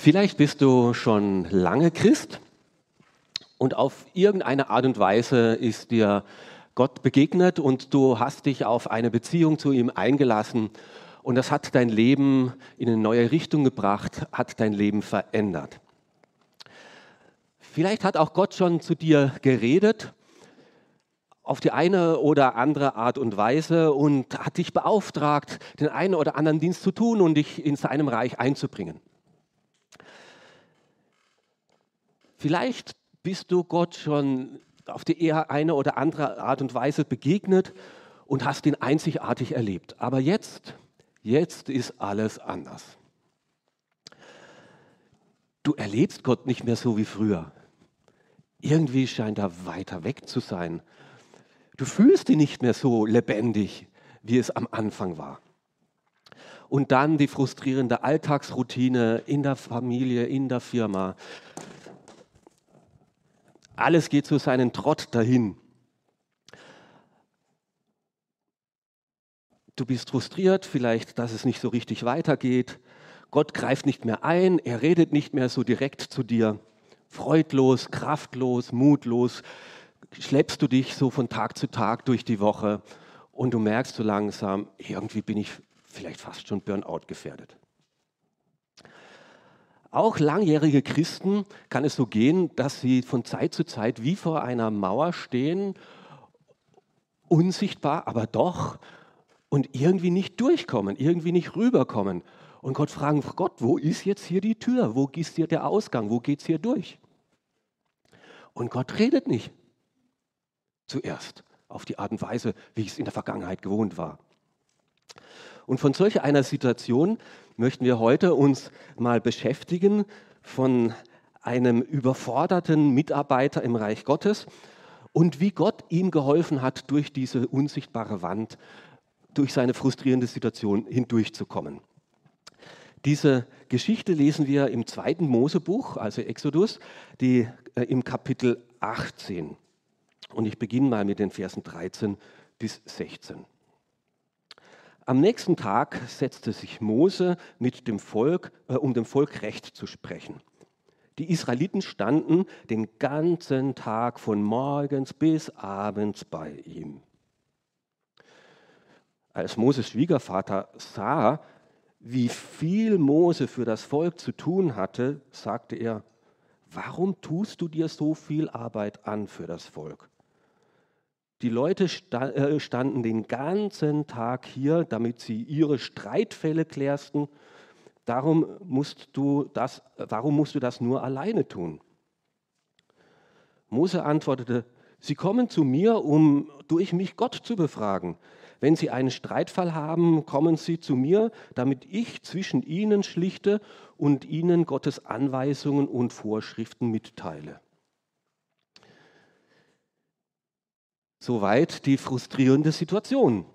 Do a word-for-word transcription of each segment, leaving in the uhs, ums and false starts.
Vielleicht bist du schon lange Christ und auf irgendeine Art und Weise ist dir Gott begegnet und du hast dich auf eine Beziehung zu ihm eingelassen und das hat dein Leben in eine neue Richtung gebracht, hat dein Leben verändert. Vielleicht hat auch Gott schon zu dir geredet, auf die eine oder andere Art und Weise und hat dich beauftragt, den einen oder anderen Dienst zu tun und dich in seinem Reich einzubringen. Vielleicht bist du Gott schon auf die eher eine oder andere Art und Weise begegnet und hast ihn einzigartig erlebt. Aber jetzt, jetzt ist alles anders. Du erlebst Gott nicht mehr so wie früher. Irgendwie scheint er weiter weg zu sein. Du fühlst ihn nicht mehr so lebendig, wie es am Anfang war. Und dann die frustrierende Alltagsroutine in der Familie, in der Firma. Alles geht so seinen Trott dahin. Du bist frustriert, vielleicht, dass es nicht so richtig weitergeht. Gott greift nicht mehr ein, er redet nicht mehr so direkt zu dir. Freudlos, kraftlos, mutlos schleppst du dich so von Tag zu Tag durch die Woche und du merkst so langsam, irgendwie bin ich vielleicht fast schon Burnout gefährdet. Auch langjährige Christen kann es so gehen, dass sie von Zeit zu Zeit wie vor einer Mauer stehen, unsichtbar, aber doch, und irgendwie nicht durchkommen, irgendwie nicht rüberkommen. Und Gott fragen, Gott, wo ist jetzt hier die Tür? Wo ist hier der Ausgang? Wo geht es hier durch? Und Gott redet nicht. Zuerst auf die Art und Weise, wie ich es in der Vergangenheit gewohnt war. Und von solch einer Situation möchten wir heute uns mal beschäftigen, von einem überforderten Mitarbeiter im Reich Gottes und wie Gott ihm geholfen hat, durch diese unsichtbare Wand, durch seine frustrierende Situation hindurchzukommen. Diese Geschichte lesen wir im zweiten Mosebuch, also Exodus, die, äh, im Kapitel achtzehn. Und ich beginne mal mit den Versen dreizehn bis sechzehn. Am nächsten Tag setzte sich Mose mit dem Volk, äh, um dem Volk Recht zu sprechen. Die Israeliten standen den ganzen Tag von morgens bis abends bei ihm. Als Moses Schwiegervater sah, wie viel Mose für das Volk zu tun hatte, sagte er, warum tust du dir so viel Arbeit an für das Volk? Die Leute standen den ganzen Tag hier, damit sie ihre Streitfälle klärsten. Darum musst du das, warum musst du das nur alleine tun? Mose antwortete, sie kommen zu mir, um durch mich Gott zu befragen. Wenn sie einen Streitfall haben, kommen sie zu mir, damit ich zwischen ihnen schlichte und ihnen Gottes Anweisungen und Vorschriften mitteile. Soweit die frustrierende Situation.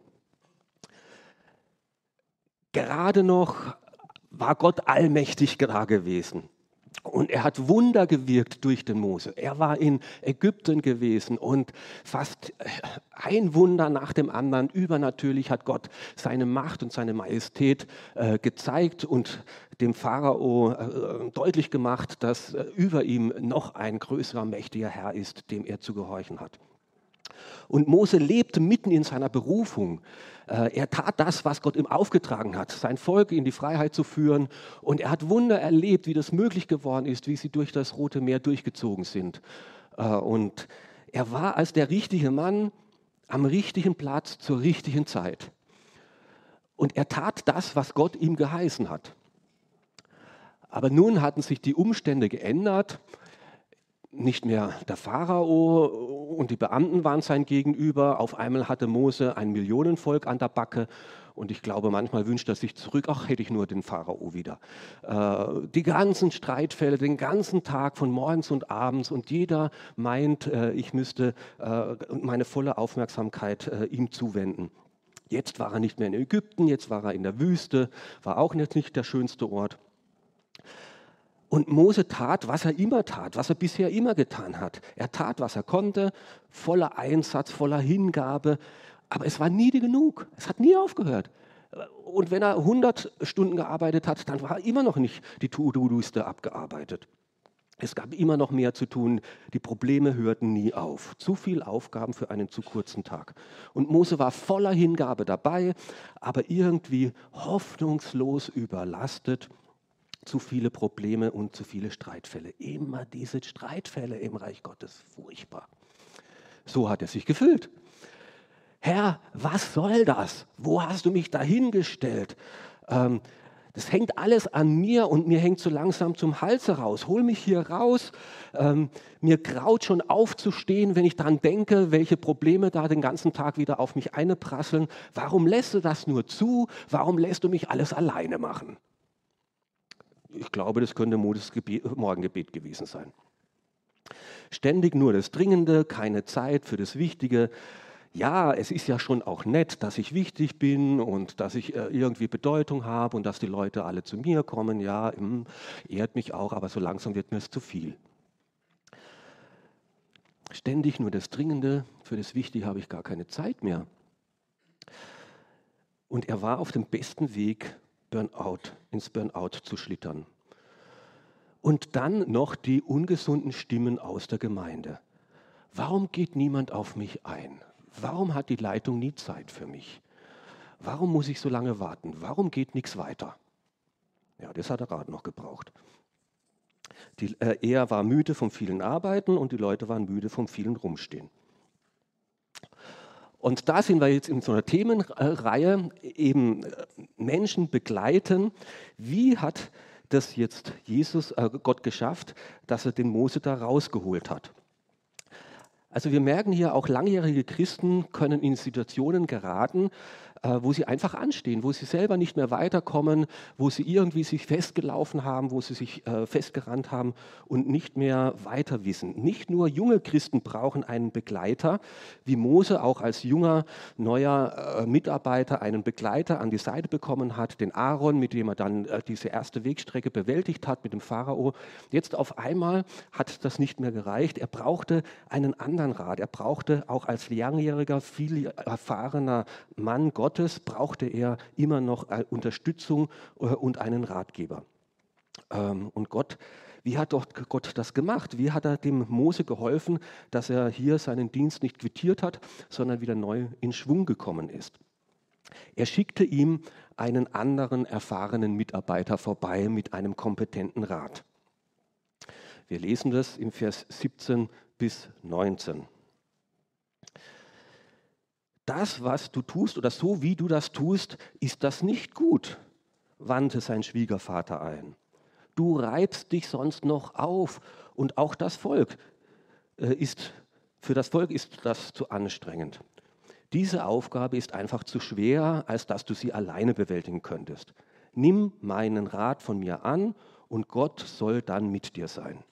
Gerade noch war Gott allmächtig da gewesen und er hat Wunder gewirkt durch den Mose. Er war in Ägypten gewesen und fast ein Wunder nach dem anderen, übernatürlich hat Gott seine Macht und seine Majestät äh, gezeigt und dem Pharao äh, deutlich gemacht, dass äh, über ihm noch ein größerer, mächtiger Herr ist, dem er zu gehorchen hat. Und Mose lebte mitten in seiner Berufung. Er tat das, was Gott ihm aufgetragen hat, sein Volk in die Freiheit zu führen. Und er hat Wunder erlebt, wie das möglich geworden ist, wie sie durch das Rote Meer durchgezogen sind. Und er war als der richtige Mann am richtigen Platz zur richtigen Zeit. Und er tat das, was Gott ihm geheißen hat. Aber nun hatten sich die Umstände geändert. Nicht mehr der Pharao und die Beamten waren sein Gegenüber. Auf einmal hatte Mose ein Millionenvolk an der Backe. Und ich glaube, manchmal wünscht er sich zurück, ach, hätte ich nur den Pharao wieder. Äh, die ganzen Streitfälle, den ganzen Tag von morgens und abends. Und jeder meint, äh, ich müsste äh, meine volle Aufmerksamkeit äh, ihm zuwenden. Jetzt war er nicht mehr in Ägypten, jetzt war er in der Wüste, war auch jetzt nicht der schönste Ort. Und Mose tat, was er immer tat, was er bisher immer getan hat. Er tat, was er konnte, voller Einsatz, voller Hingabe. Aber es war nie genug. Es hat nie aufgehört. Und wenn er hundert Stunden gearbeitet hat, dann war immer noch nicht die To-Do-Liste abgearbeitet. Es gab immer noch mehr zu tun. Die Probleme hörten nie auf. Zu viele Aufgaben für einen zu kurzen Tag. Und Mose war voller Hingabe dabei, aber irgendwie hoffnungslos überlastet. Zu viele Probleme und zu viele Streitfälle. Immer diese Streitfälle im Reich Gottes. Furchtbar. So hat er sich gefühlt. Herr, was soll das? Wo hast du mich dahingestellt? Ähm, das hängt alles an mir und mir hängt so langsam zum Hals heraus. Hol mich hier raus. Ähm, mir graut schon aufzustehen, wenn ich daran denke, welche Probleme da den ganzen Tag wieder auf mich einprasseln. Warum lässt du das nur zu? Warum lässt du mich alles alleine machen? Ich glaube, das könnte Moses Gebet, Morgengebet gewesen sein. Ständig nur das Dringende, keine Zeit für das Wichtige. Ja, es ist ja schon auch nett, dass ich wichtig bin und dass ich äh, irgendwie Bedeutung habe und dass die Leute alle zu mir kommen. Ja, mh, ehrt mich auch, aber so langsam wird mir es zu viel. Ständig nur das Dringende, für das Wichtige habe ich gar keine Zeit mehr. Und er war auf dem besten Weg, Burnout, ins Burnout zu schlittern. Und dann noch die ungesunden Stimmen aus der Gemeinde. Warum geht niemand auf mich ein? Warum hat die Leitung nie Zeit für mich? Warum muss ich so lange warten? Warum geht nichts weiter? Ja, das hat er gerade noch gebraucht. Die, äh, er war müde vom vielen Arbeiten und die Leute waren müde vom vielen Rumstehen. Und da sind wir jetzt in so einer Themenreihe, eben Menschen begleiten. Wie hat das jetzt Jesus, äh, Gott geschafft, dass er den Mose da rausgeholt hat? Also wir merken hier, auch langjährige Christen können in Situationen geraten, wo sie einfach anstehen, wo sie selber nicht mehr weiterkommen, wo sie irgendwie sich festgelaufen haben, wo sie sich festgerannt haben und nicht mehr weiter wissen. Nicht nur junge Christen brauchen einen Begleiter, wie Mose auch als junger, neuer Mitarbeiter einen Begleiter an die Seite bekommen hat, den Aaron, mit dem er dann diese erste Wegstrecke bewältigt hat mit dem Pharao. Jetzt auf einmal hat das nicht mehr gereicht. Er brauchte einen anderen Rat. Er brauchte auch als langjähriger, viel erfahrener Mann Gottes, brauchte er immer noch Unterstützung und einen Ratgeber. Und Gott, wie hat doch Gott das gemacht? Wie hat er dem Mose geholfen, dass er hier seinen Dienst nicht quittiert hat, sondern wieder neu in Schwung gekommen ist? Er schickte ihm einen anderen erfahrenen Mitarbeiter vorbei mit einem kompetenten Rat. Wir lesen das im Vers siebzehn bis neunzehn. Das, was du tust oder so wie du das tust, ist das nicht gut, wandte sein Schwiegervater ein. Du reibst dich sonst noch auf und auch das Volk äh, ist, für das Volk ist das zu anstrengend. Diese Aufgabe ist einfach zu schwer, als dass du sie alleine bewältigen könntest. Nimm meinen Rat von mir an und Gott soll dann mit dir sein.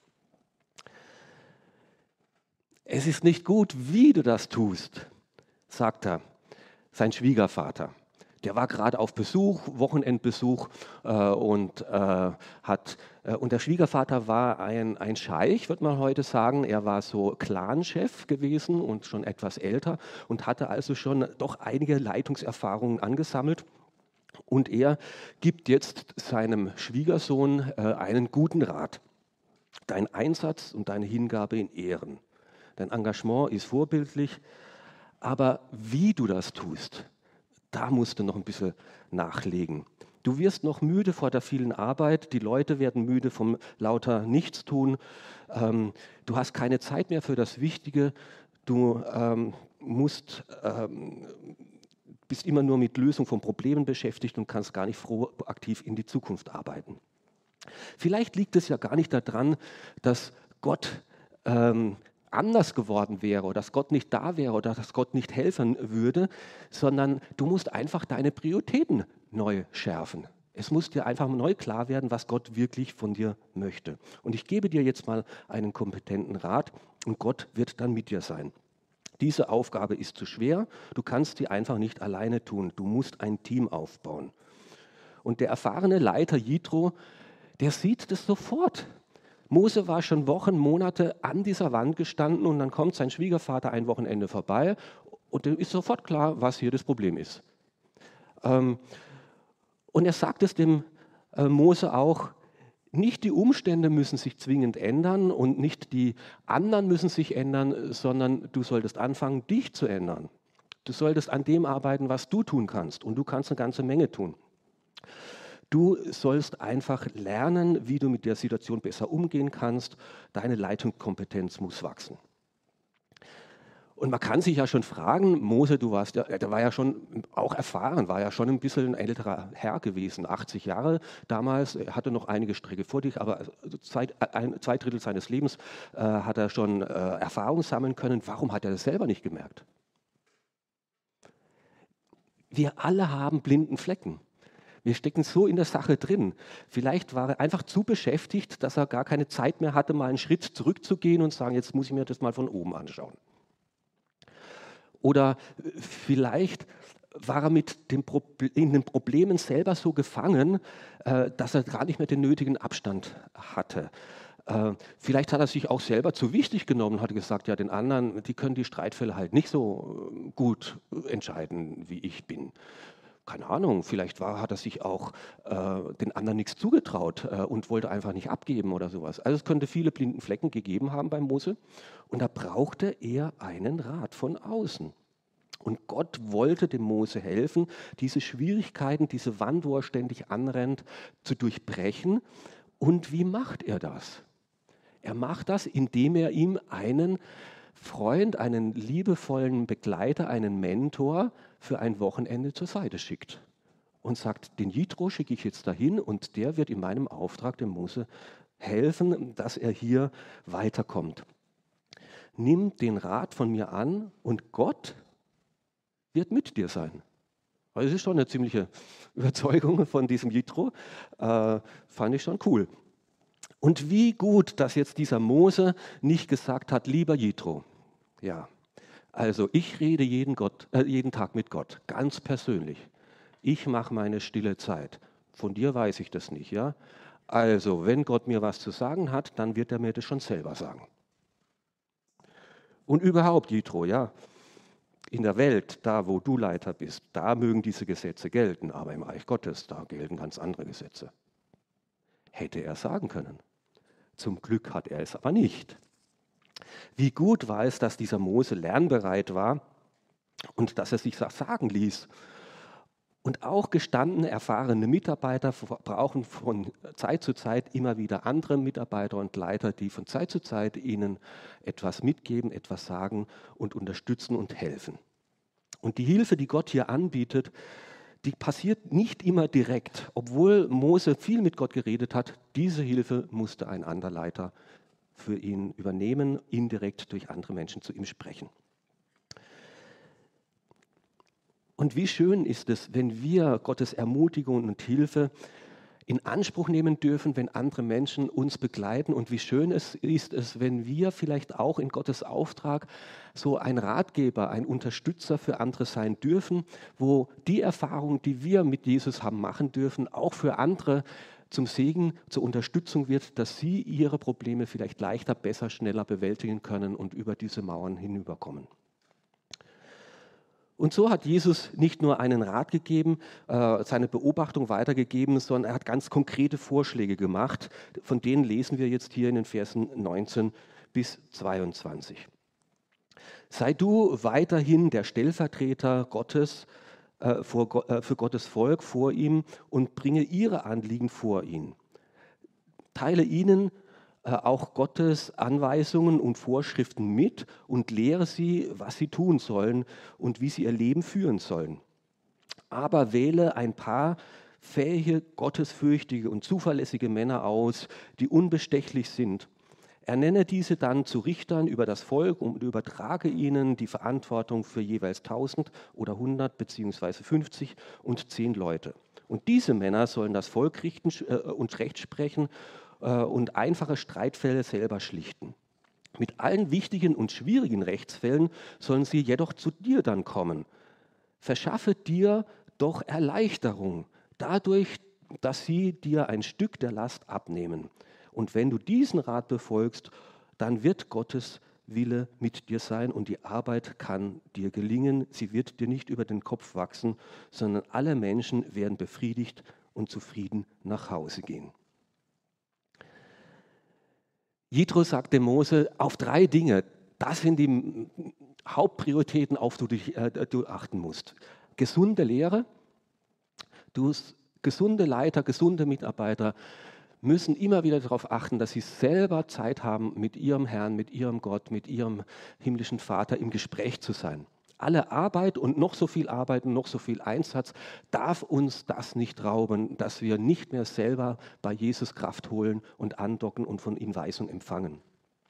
Es ist nicht gut, wie du das tust, sagt er, sein Schwiegervater. Der war gerade auf Besuch, Wochenendbesuch äh, und, äh, hat, äh, und der Schwiegervater war ein, ein Scheich, würde man heute sagen. Er war so Clanchef gewesen und schon etwas älter und hatte also schon doch einige Leitungserfahrungen angesammelt. Und er gibt jetzt seinem Schwiegersohn äh, einen guten Rat. Dein Einsatz und deine Hingabe in Ehren. Dein Engagement ist vorbildlich. Aber wie du das tust, da musst du noch ein bisschen nachlegen. Du wirst noch müde vor der vielen Arbeit, die Leute werden müde vom lauter Nichtstun. Ähm, du hast keine Zeit mehr für das Wichtige. Du ähm, musst, ähm, bist immer nur mit Lösung von Problemen beschäftigt und kannst gar nicht proaktiv in die Zukunft arbeiten. Vielleicht liegt es ja gar nicht daran, dass Gott ähm, anders geworden wäre oder dass Gott nicht da wäre oder dass Gott nicht helfen würde, sondern du musst einfach deine Prioritäten neu schärfen. Es muss dir einfach neu klar werden, was Gott wirklich von dir möchte. Und ich gebe dir jetzt mal einen kompetenten Rat und Gott wird dann mit dir sein. Diese Aufgabe ist zu schwer, du kannst die einfach nicht alleine tun. Du musst ein Team aufbauen. Und der erfahrene Leiter Jitro, der sieht das sofort. Mose war schon Wochen, Monate an dieser Wand gestanden und dann kommt sein Schwiegervater ein Wochenende vorbei und dem ist sofort klar, was hier das Problem ist. Ähm, Und er sagt es dem äh, Mose auch, nicht die Umstände müssen sich zwingend ändern und nicht die anderen müssen sich ändern, sondern du solltest anfangen, dich zu ändern. Du solltest an dem arbeiten, was du tun kannst, und du kannst eine ganze Menge tun. Du sollst einfach lernen, wie du mit der Situation besser umgehen kannst. Deine Leitungskompetenz muss wachsen. Und man kann sich ja schon fragen, Mose, du warst ja, der war ja schon auch erfahren, war ja schon ein bisschen ein älterer Herr gewesen, achtzig Jahre damals, er hatte noch einige Strecke vor dich, aber zwei, ein, zwei Drittel seines Lebens äh, hat er schon äh, Erfahrung sammeln können. Warum hat er das selber nicht gemerkt? Wir alle haben blinden Flecken. Wir stecken so in der Sache drin. Vielleicht war er einfach zu beschäftigt, dass er gar keine Zeit mehr hatte, mal einen Schritt zurückzugehen und sagen, jetzt muss ich mir das mal von oben anschauen. Oder vielleicht war er mit den, Proble- in den Problemen selber so gefangen, äh, dass er gar nicht mehr den nötigen Abstand hatte. Äh, vielleicht hat er sich auch selber zu wichtig genommen und hat gesagt, ja, den anderen, die können die Streitfälle halt nicht so äh, gut entscheiden, wie ich bin. Keine Ahnung, vielleicht war, hat er sich auch äh, den anderen nichts zugetraut äh, und wollte einfach nicht abgeben oder sowas. Also es könnte viele blinden Flecken gegeben haben bei Mose, und da brauchte er einen Rat von außen. Und Gott wollte dem Mose helfen, diese Schwierigkeiten, diese Wand, wo er ständig anrennt, zu durchbrechen. Und wie macht er das? Er macht das, indem er ihm einen Freund, einen liebevollen Begleiter, einen Mentor für ein Wochenende zur Seite schickt und sagt, den Jitro schicke ich jetzt dahin und der wird in meinem Auftrag dem Mose helfen, dass er hier weiterkommt. Nimm den Rat von mir an und Gott wird mit dir sein. Also das ist schon eine ziemliche Überzeugung von diesem Jitro, äh, fand ich schon cool. Und wie gut, dass jetzt dieser Mose nicht gesagt hat, lieber Jitro, ja, also ich rede jeden, Gott, äh, jeden Tag mit Gott, ganz persönlich. Ich mache meine stille Zeit. Von dir weiß ich das nicht, ja? Also, wenn Gott mir was zu sagen hat, dann wird er mir das schon selber sagen. Und überhaupt, Jitro, ja, in der Welt, da wo du Leiter bist, da mögen diese Gesetze gelten, aber im Reich Gottes, da gelten ganz andere Gesetze. Hätte er sagen können. Zum Glück hat er es aber nicht. Wie gut war es, dass dieser Mose lernbereit war und dass er sich das sagen ließ. Und auch gestandene, erfahrene Mitarbeiter brauchen von Zeit zu Zeit immer wieder andere Mitarbeiter und Leiter, die von Zeit zu Zeit ihnen etwas mitgeben, etwas sagen und unterstützen und helfen. Und die Hilfe, die Gott hier anbietet, die passiert nicht immer direkt. Obwohl Mose viel mit Gott geredet hat, diese Hilfe musste ein anderer Leiter für ihn übernehmen, indirekt durch andere Menschen zu ihm sprechen. Und wie schön ist es, wenn wir Gottes Ermutigung und Hilfe in Anspruch nehmen dürfen, wenn andere Menschen uns begleiten. Und wie schön es ist es, wenn wir vielleicht auch in Gottes Auftrag so ein Ratgeber, ein Unterstützer für andere sein dürfen, wo die Erfahrung, die wir mit Jesus haben machen dürfen, auch für andere zum Segen, zur Unterstützung wird, dass sie ihre Probleme vielleicht leichter, besser, schneller bewältigen können und über diese Mauern hinüberkommen. Und so hat Jesus nicht nur einen Rat gegeben, äh, seine Beobachtung weitergegeben, sondern er hat ganz konkrete Vorschläge gemacht. Von denen lesen wir jetzt hier in den Versen neunzehn bis zweiundzwanzig. Sei du weiterhin der Stellvertreter Gottes äh, vor, äh, für Gottes Volk vor ihm und bringe ihre Anliegen vor ihn. Teile ihnen auch Gottes Anweisungen und Vorschriften mit und lehre sie, was sie tun sollen und wie sie ihr Leben führen sollen. Aber wähle ein paar fähige, gottesfürchtige und zuverlässige Männer aus, die unbestechlich sind. Ernenne diese dann zu Richtern über das Volk und übertrage ihnen die Verantwortung für jeweils tausend oder hundert beziehungsweise fünfzig und zehn Leute. Und diese Männer sollen das Volk richten und Recht sprechen und einfache Streitfälle selber schlichten. Mit allen wichtigen und schwierigen Rechtsfällen sollen sie jedoch zu dir dann kommen. Verschaffe dir doch Erleichterung dadurch, dass sie dir ein Stück der Last abnehmen. Und wenn du diesen Rat befolgst, dann wird Gottes Wille mit dir sein und die Arbeit kann dir gelingen. Sie wird dir nicht über den Kopf wachsen, sondern alle Menschen werden befriedigt und zufrieden nach Hause gehen. Jethro sagte Mose auf drei Dinge, das sind die Hauptprioritäten, auf die du, dich, äh, du achten musst. Gesunde Lehre, du, gesunde Leiter, gesunde Mitarbeiter müssen immer wieder darauf achten, dass sie selber Zeit haben, mit ihrem Herrn, mit ihrem Gott, mit ihrem himmlischen Vater im Gespräch zu sein. Alle Arbeit und noch so viel Arbeit und noch so viel Einsatz darf uns das nicht rauben, dass wir nicht mehr selber bei Jesus Kraft holen und andocken und von ihm Weisung empfangen.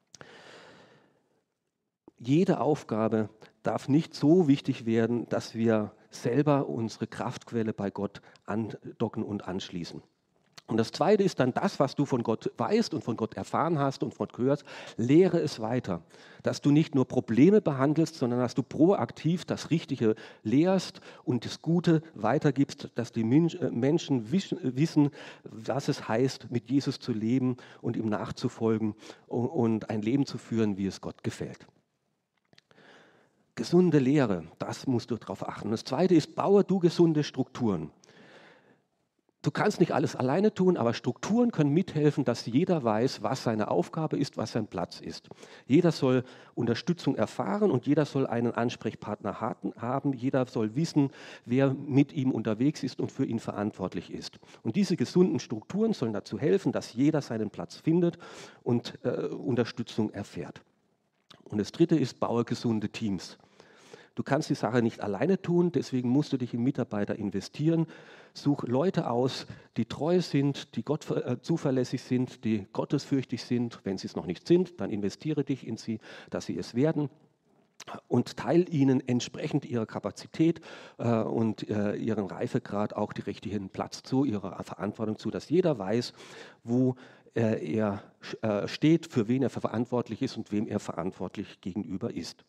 Jede Aufgabe darf nicht so wichtig werden, dass wir selber unsere Kraftquelle bei Gott andocken und anschließen. Und das Zweite ist dann das, was du von Gott weißt und von Gott erfahren hast und von Gott hörst, lehre es weiter. Dass du nicht nur Probleme behandelst, sondern dass du proaktiv das Richtige lehrst und das Gute weitergibst, dass die Menschen wissen, was es heißt, mit Jesus zu leben und ihm nachzufolgen und ein Leben zu führen, wie es Gott gefällt. Gesunde Lehre, das musst du darauf achten. Das Zweite ist, baue du gesunde Strukturen. Du kannst nicht alles alleine tun, aber Strukturen können mithelfen, dass jeder weiß, was seine Aufgabe ist, was sein Platz ist. Jeder soll Unterstützung erfahren und jeder soll einen Ansprechpartner haben. Jeder soll wissen, wer mit ihm unterwegs ist und für ihn verantwortlich ist. Und diese gesunden Strukturen sollen dazu helfen, dass jeder seinen Platz findet und äh, Unterstützung erfährt. Und das Dritte ist, baue gesunde Teams. Du kannst die Sache nicht alleine tun, deswegen musst du dich in Mitarbeiter investieren. Such Leute aus, die treu sind, die Gott äh, zuverlässig sind, die gottesfürchtig sind. Wenn sie es noch nicht sind, dann investiere dich in sie, dass sie es werden. Und teile ihnen entsprechend ihrer Kapazität äh, und äh, ihren Reifegrad auch den richtigen Platz zu, ihrer Verantwortung zu, dass jeder weiß, wo äh, er äh, steht, für wen er verantwortlich ist und wem er verantwortlich gegenüber ist.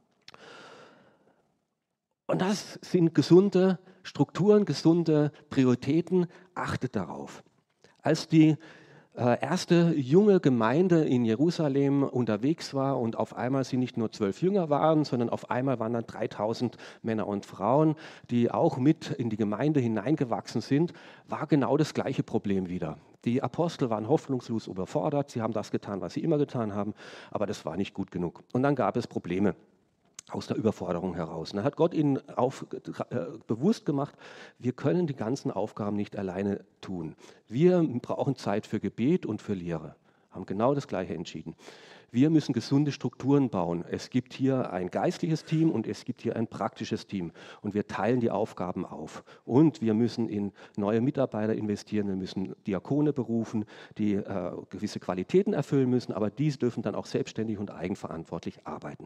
Und das sind gesunde Strukturen, gesunde Prioritäten. Achtet darauf. Als die äh, erste junge Gemeinde in Jerusalem unterwegs war und auf einmal sie nicht nur zwölf Jünger waren, sondern auf einmal waren dann dreitausend Männer und Frauen, die auch mit in die Gemeinde hineingewachsen sind, war genau das gleiche Problem wieder. Die Apostel waren hoffnungslos überfordert. Sie haben das getan, was sie immer getan haben, aber das war nicht gut genug. Und dann gab es Probleme aus der Überforderung heraus. Und dann hat Gott ihnen auf, äh, bewusst gemacht, wir können die ganzen Aufgaben nicht alleine tun. Wir brauchen Zeit für Gebet und für Lehre. Haben genau das Gleiche entschieden. Wir müssen gesunde Strukturen bauen. Es gibt hier ein geistliches Team und es gibt hier ein praktisches Team. Und wir teilen die Aufgaben auf. Und wir müssen in neue Mitarbeiter investieren. Wir müssen Diakone berufen, die äh, gewisse Qualitäten erfüllen müssen. Aber diese dürfen dann auch selbstständig und eigenverantwortlich arbeiten.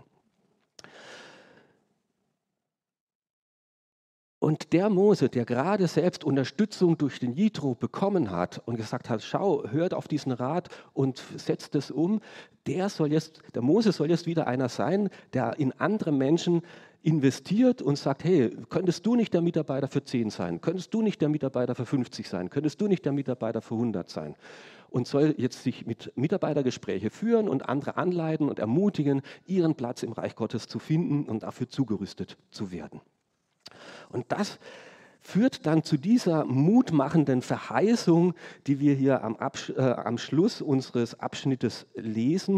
Und der Mose, der gerade selbst Unterstützung durch den Jethro bekommen hat und gesagt hat, schau, hört auf diesen Rat und setzt es um, der soll jetzt, der Mose soll jetzt wieder einer sein, der in andere Menschen investiert und sagt, hey, könntest du nicht der Mitarbeiter für zehn sein? Könntest du nicht der Mitarbeiter für fünfzig sein? Könntest du nicht der Mitarbeiter für hundert sein? Und soll jetzt sich mit Mitarbeitergespräche führen und andere anleiten und ermutigen, ihren Platz im Reich Gottes zu finden und dafür zugerüstet zu werden. Und das führt dann zu dieser mutmachenden Verheißung, die wir hier am, Absch äh, am Schluss unseres Abschnittes lesen.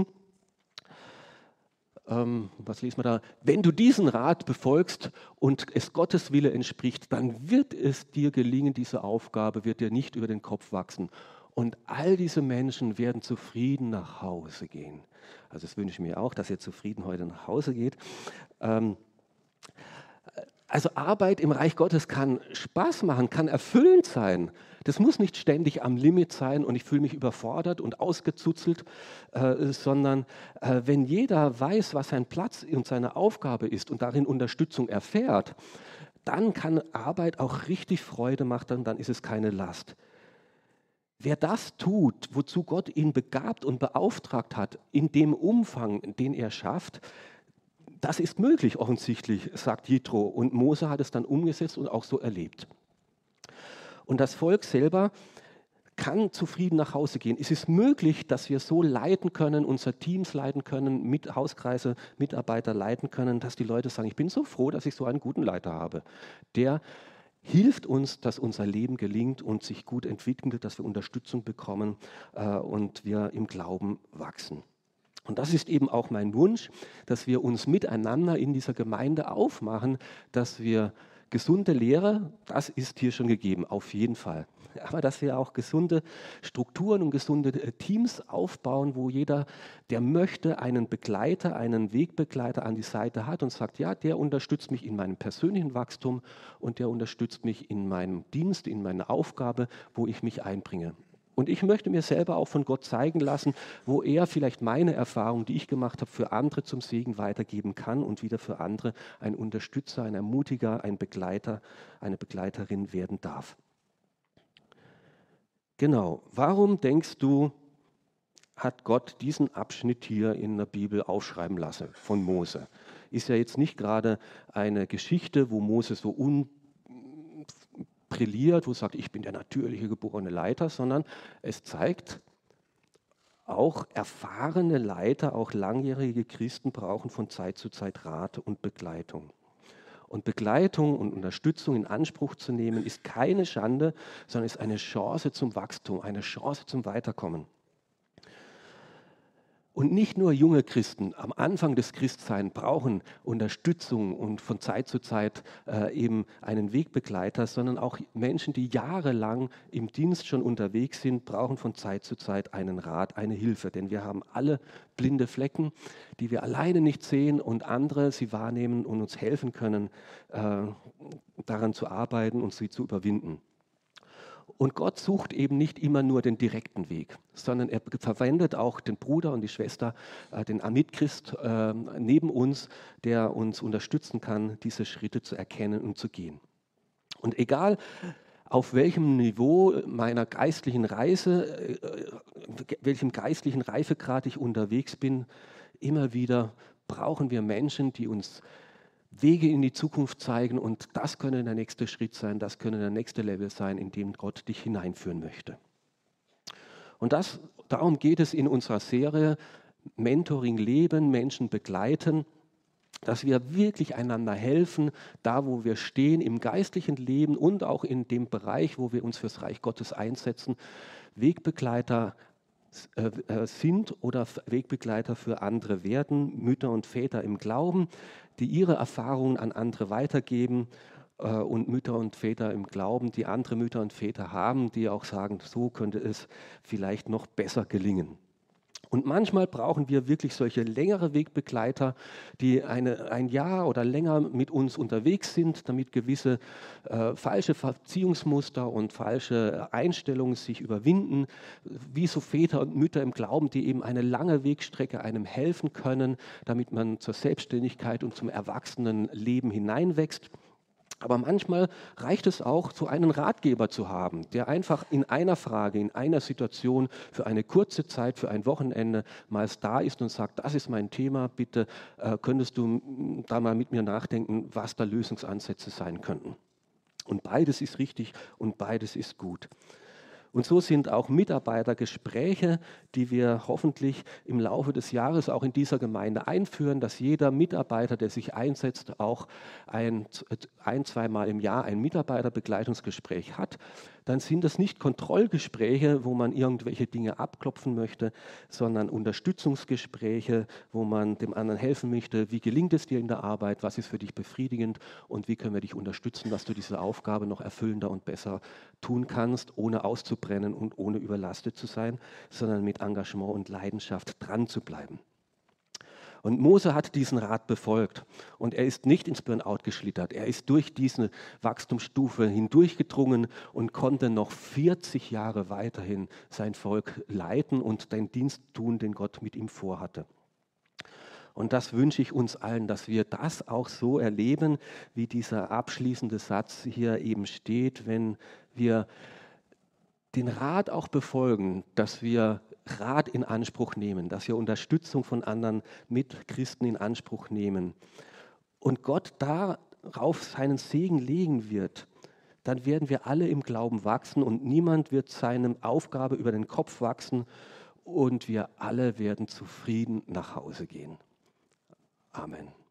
Ähm, was lesen wir da? Wenn du diesen Rat befolgst und es Gottes Wille entspricht, dann wird es dir gelingen, diese Aufgabe wird dir nicht über den Kopf wachsen. Und all diese Menschen werden zufrieden nach Hause gehen. Also das wünsche ich mir auch, dass ihr zufrieden heute nach Hause geht. Ähm, Also Arbeit im Reich Gottes kann Spaß machen, kann erfüllend sein. Das muss nicht ständig am Limit sein und ich fühle mich überfordert und ausgezuzelt, äh, sondern äh, wenn jeder weiß, was sein Platz und seine Aufgabe ist und darin Unterstützung erfährt, dann kann Arbeit auch richtig Freude machen, dann ist es keine Last. Wer das tut, wozu Gott ihn begabt und beauftragt hat, in dem Umfang, den er schafft, das ist möglich offensichtlich, sagt Jethro. Und Mose hat es dann umgesetzt und auch so erlebt. Und das Volk selber kann zufrieden nach Hause gehen. Es ist möglich, dass wir so leiten können, unsere Teams leiten können, mit Hauskreise, Mitarbeiter leiten können, dass die Leute sagen, ich bin so froh, dass ich so einen guten Leiter habe, der hilft uns, dass unser Leben gelingt und sich gut entwickelt, dass wir Unterstützung bekommen äh, und wir im Glauben wachsen. Und das ist eben auch mein Wunsch, dass wir uns miteinander in dieser Gemeinde aufmachen, dass wir gesunde Lehre, das ist hier schon gegeben, auf jeden Fall. Aber dass wir auch gesunde Strukturen und gesunde Teams aufbauen, wo jeder, der möchte, einen Begleiter, einen Wegbegleiter an die Seite hat und sagt, ja, der unterstützt mich in meinem persönlichen Wachstum und der unterstützt mich in meinem Dienst, in meiner Aufgabe, wo ich mich einbringe. Und ich möchte mir selber auch von Gott zeigen lassen, wo er vielleicht meine Erfahrung, die ich gemacht habe, für andere zum Segen weitergeben kann und wieder für andere ein Unterstützer, ein Ermutiger, ein Begleiter, eine Begleiterin werden darf. Genau, warum denkst du, hat Gott diesen Abschnitt hier in der Bibel aufschreiben lassen von Mose? Ist ja jetzt nicht gerade eine Geschichte, wo Mose so un brilliert, wo es sagt, ich bin der natürliche geborene Leiter, sondern es zeigt, auch erfahrene Leiter, auch langjährige Christen brauchen von Zeit zu Zeit Rat und Begleitung. Und Begleitung und Unterstützung in Anspruch zu nehmen, ist keine Schande, sondern ist eine Chance zum Wachstum, eine Chance zum Weiterkommen. Und nicht nur junge Christen am Anfang des Christseins brauchen Unterstützung und von Zeit zu Zeit äh, eben einen Wegbegleiter, sondern auch Menschen, die jahrelang im Dienst schon unterwegs sind, brauchen von Zeit zu Zeit einen Rat, eine Hilfe. Denn wir haben alle blinde Flecken, die wir alleine nicht sehen und andere sie wahrnehmen und uns helfen können, äh, daran zu arbeiten und sie zu überwinden. Und Gott sucht eben nicht immer nur den direkten Weg, sondern er verwendet auch den Bruder und die Schwester, äh, den Mitchrist äh, neben uns, der uns unterstützen kann, diese Schritte zu erkennen und zu gehen. Und egal, auf welchem Niveau meiner geistlichen Reise, äh, welchem geistlichen Reifegrad ich unterwegs bin, immer wieder brauchen wir Menschen, die uns Wege in die Zukunft zeigen und das könnte der nächste Schritt sein, das könnte der nächste Level sein, in dem Gott dich hineinführen möchte. Und das, darum geht es in unserer Serie Mentoring Leben, Menschen begleiten, dass wir wirklich einander helfen, da wo wir stehen im geistlichen Leben und auch in dem Bereich, wo wir uns fürs Reich Gottes einsetzen, Wegbegleiter sind oder Wegbegleiter für andere werden, Mütter und Väter im Glauben, die ihre Erfahrungen an andere weitergeben äh, und Mütter und Väter im Glauben, die andere Mütter und Väter haben, die auch sagen, so könnte es vielleicht noch besser gelingen. Und manchmal brauchen wir wirklich solche längere Wegbegleiter, die eine, ein Jahr oder länger mit uns unterwegs sind, damit gewisse äh, falsche Verziehungsmuster und falsche Einstellungen sich überwinden, wie so Väter und Mütter im Glauben, die eben eine lange Wegstrecke einem helfen können, damit man zur Selbstständigkeit und zum Erwachsenenleben hineinwächst. Aber manchmal reicht es auch, so einen Ratgeber zu haben, der einfach in einer Frage, in einer Situation für eine kurze Zeit, für ein Wochenende mal da ist und sagt, das ist mein Thema, bitte äh, könntest du da mal mit mir nachdenken, was da Lösungsansätze sein könnten. Und beides ist richtig und beides ist gut. Und so sind auch Mitarbeitergespräche, die wir hoffentlich im Laufe des Jahres auch in dieser Gemeinde einführen, dass jeder Mitarbeiter, der sich einsetzt, auch ein, ein zweimal im Jahr ein Mitarbeiterbegleitungsgespräch hat. Dann sind das nicht Kontrollgespräche, wo man irgendwelche Dinge abklopfen möchte, sondern Unterstützungsgespräche, wo man dem anderen helfen möchte, wie gelingt es dir in der Arbeit, was ist für dich befriedigend und wie können wir dich unterstützen, dass du diese Aufgabe noch erfüllender und besser tun kannst, ohne auszubrennen und ohne überlastet zu sein, sondern mit Engagement und Leidenschaft dran zu bleiben. Und Mose hat diesen Rat befolgt und er ist nicht ins Burnout geschlittert. Er ist durch diese Wachstumsstufe hindurchgedrungen und konnte noch vierzig Jahre weiterhin sein Volk leiten und den Dienst tun, den Gott mit ihm vorhatte. Und das wünsche ich uns allen, dass wir das auch so erleben, wie dieser abschließende Satz hier eben steht, wenn wir den Rat auch befolgen, dass wir Rat in Anspruch nehmen, dass wir Unterstützung von anderen Mitchristen in Anspruch nehmen und Gott darauf seinen Segen legen wird, dann werden wir alle im Glauben wachsen und niemand wird seine Aufgabe über den Kopf wachsen und wir alle werden zufrieden nach Hause gehen. Amen.